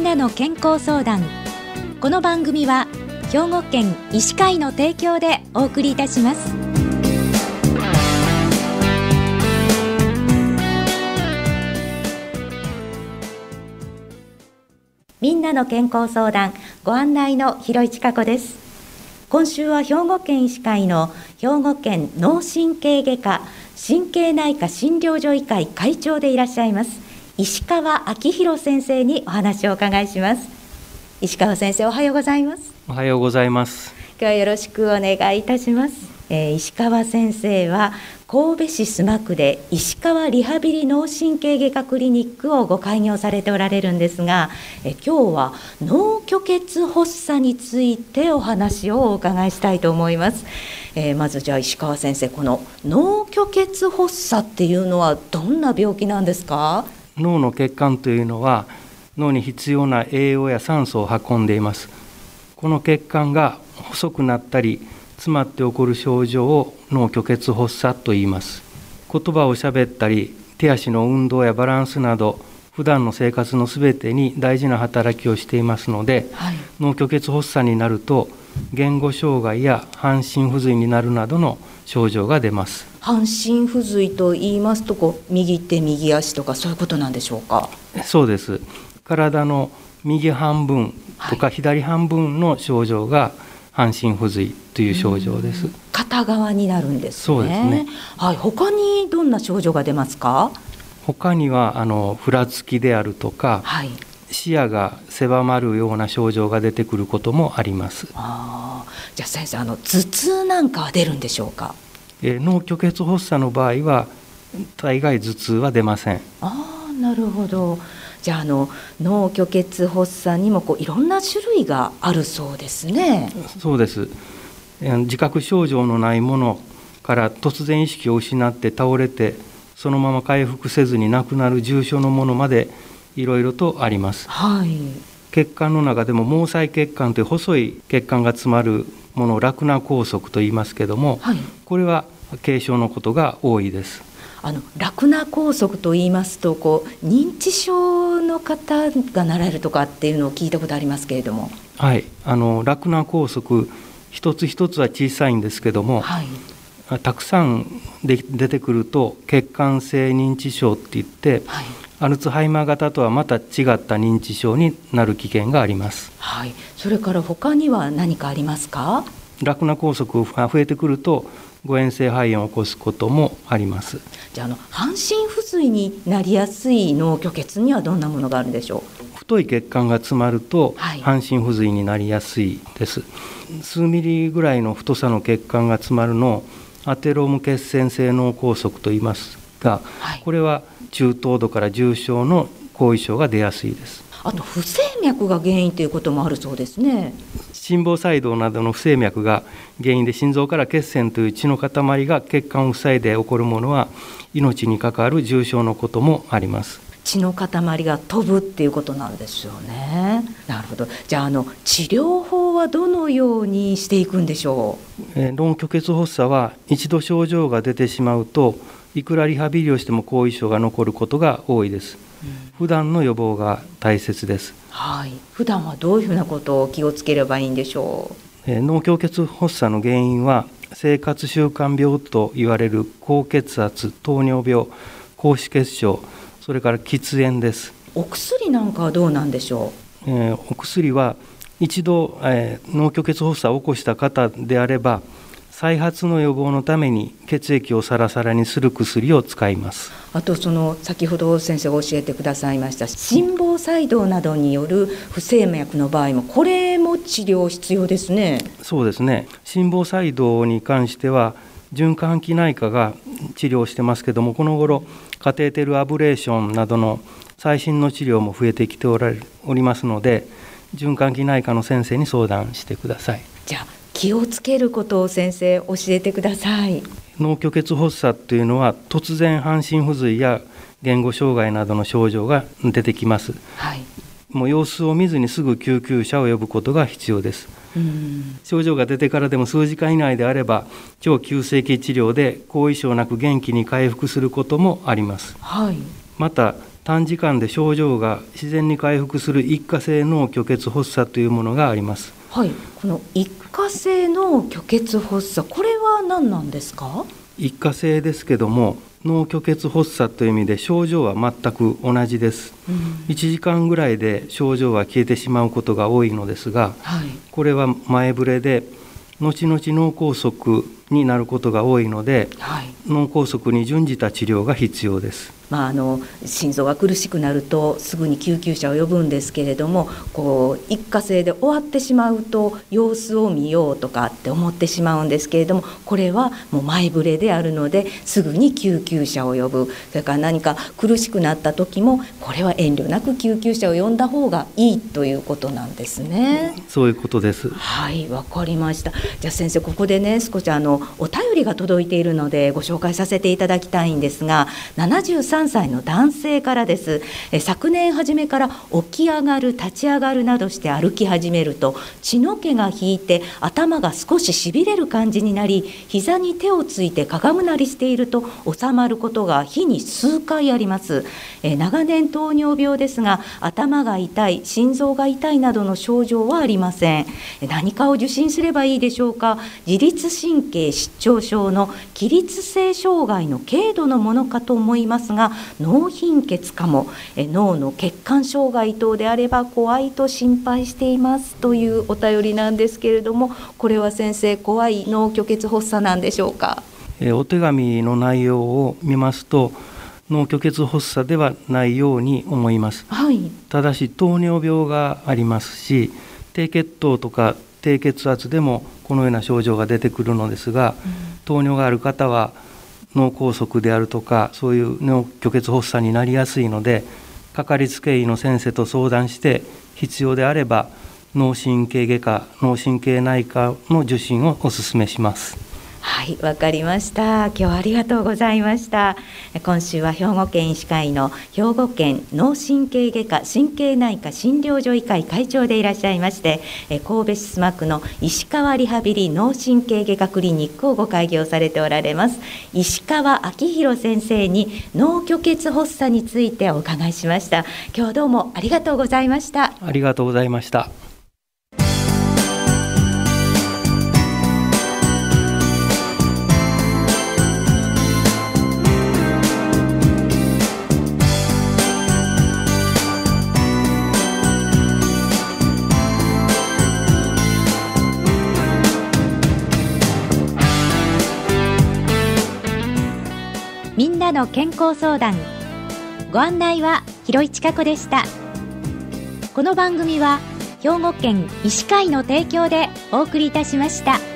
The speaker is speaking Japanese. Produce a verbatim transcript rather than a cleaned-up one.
なの健康相談。この番組は兵庫県医師会の提供でお送りいたします。みんなの健康相談、ご案内の広市加子です。今週は兵庫県医師会の兵庫県脳神経外科神経内科診療所医会会長でいらっしゃいます石川明宏先生にお話をお伺いします。石川先生、おはようございます。 おはようございます。 今日はよろしくお願いいたします。えー、石川先生は神戸市須磨区で石川リハビリ脳神経外科クリニックをご開業されておられるんですが、え今日は脳虚血発作についてお話をお伺いしたいと思います。えー、まずじゃあ石川先生、この脳虚血発作っていうのはどんな病気なんですか？ 脳の血管というのは脳に必要な栄養や酸素を運んでいます。この血管が細くなったり詰まって起こる症状を脳虚血発作と言います。言葉をしゃべったり手足の運動やバランスなど普段の生活のすべてに大事な働きをしていますので、はい、脳虚血発作になると言語障害や半身不随になるなどの症状が出ます。 半身不随と言いますとこう右手右足とかそういうことなんでしょうか？ そうです。体の右半分とか左半分の症状が半身不随という症状です。 片側になるんですね。 そうですね。 はい、他にどんな症状が出ますか？ 他にはあのふらつきであるとか、はい、視野が狭まるような症状が出てくることもあります。 あ、じゃあ先生、あの頭痛なんかは出るんでしょうか？ えー、脳虚血発作の場合は大概頭痛は出ません。 ああ、なるほど。じゃあ、あの脳虚血発作にもこういろんな種類があるそうですね。 そうです。自覚症状のないものから突然意識を失って倒れてそのまま回復せずに亡くなる重症のものまでいろいろとあります。 はい、 血管の中でも毛細血管という細い血管が詰まるものをラクナ梗塞と言いますけども、はい、これは軽症のことが多いです。 あのラクナ梗塞と言いますとこう認知症の方がなられるとかっていうのを聞いたことありますけれども、 はい、あのラクナ梗塞一つ一つは小さいんですけども、はい、たくさんで出てくると血管性認知症っていって、はい、アルツハイマー型とはまた違った認知症になる危険があります。 はい、それから他には何かありますか？ ラクナ梗塞が増えてくると誤嚥性肺炎を起こすこともあります。 じゃあ、あの半身不随になりやすい脳虚血にはどんなものがあるんでしょう？太い血管が詰まると半身不随になりやすいです。はい、数ミリぐらいの太さの血管が詰まるのをアテローム血栓性脳梗塞と言いますが、はい、これは中等度から重症の後遺症が出やすいです。 あと不整脈が原因ということもあるそうですね。 心房細動などの不整脈が原因で心臓から血栓という血の塊が血管を塞いで起こるものは命に関わる重症のこともあります。 血の塊が飛ぶっていうことなんですよね。なるほど。じゃあ、あの治療法はどのようにしていくんでしょう？えー、脳虚血発作は一度症状が出てしまうといくらリハビリをしても後遺症が残ることが多いです。うん、普段の予防が大切です。 はい、普段はどういうふうなことを気をつければいいんでしょう？えー、脳虚血発作の原因は生活習慣病と言われる高血圧、糖尿病、高脂血症、それから喫煙です。 お薬なんかはどうなんでしょう？えー、お薬は一度、えー、脳虚血発作を起こした方であれば再発の予防のために血液をサラサラにする薬を使います。 あとその先ほど先生が教えてくださいました心房細動などによる不整脈の場合もこれも治療必要ですね。 そうですね。心房細動に関しては循環器内科が治療してますけども、この頃カテーテルアブレーションなどの最新の治療も増えてきておられおりますので、循環器内科の先生に相談してください。 じゃあ気をつけることを先生教えてください。 脳虚血発作というのは突然半身不随や言語障害などの症状が出てきます。はい、もう様子を見ずにすぐ救急車を呼ぶことが必要です。うん、症状が出てからでも数時間以内であれば超急性期治療で後遺症なく元気に回復することもあります。はい、また短時間で症状が自然に回復する一過性脳虚血発作というものがあります。 はい、この一過性脳虚血発作、これは何なんですか？ 一過性ですけども、脳虚血発作という意味で症状は全く同じです、うん、いちじかんぐらいで症状は消えてしまうことが多いのですが、はい、これは前触れで後々脳梗塞になることが多いので、はい、脳梗塞に準じた治療が必要です。 まあ、あの心臓が苦しくなるとすぐに救急車を呼ぶんですけれども、こう一過性で終わってしまうと様子を見ようとかって思ってしまうんですけれども、これはもう前触れであるのですぐに救急車を呼ぶ。それから何か苦しくなった時もこれは遠慮なく救急車を呼んだ方がいいということなんですね。 そういうことです。 はい、わかりました。じゃあ先生、ここでね少しあのお便りが届いているのでご紹介させていただきたいんですが、ななじゅうさんさいの男性からです。え昨年初めから起き上がる立ち上がるなどして歩き始めると血の気が引いて頭が少ししびれる感じになり、膝に手をついてかがむなりしていると収まることが日に数回あります。え長年糖尿病ですが頭が痛い、心臓が痛いなどの症状はありません。え何かを受診すればいいでしょうか？自律神経失調症の起立性障害の軽度のものかと思いますが、脳貧血かも、え脳の血管障害等であれば怖いと心配していますというお便りなんですけれども、これは先生、怖い脳虚血発作なんでしょうか？ えお手紙の内容を見ますと脳虚血発作ではないように思います、はい、ただし糖尿病がありますし、低血糖とか低血圧でもこのような症状が出てくるのですが、うん、糖尿がある方は脳梗塞であるとかそういう脳虚血発作になりやすいので、かかりつけ医の先生と相談して必要であれば脳神経外科、脳神経内科の受診をお勧めします。 はい、わかりました。今日はありがとうございました。今週は兵庫県医師会の兵庫県脳神経外科神経内科診療所医会会長でいらっしゃいまして、神戸市須磨区の石川リハビリ脳神経外科クリニックをご開業されておられます石川明宏先生に脳虚血発作についてお伺いしました。今日はどうもありがとうございました。 ありがとうございました。 みんなの健康相談、ご案内は広井千佳子でした。この番組は兵庫県医師会の提供でお送りいたしました。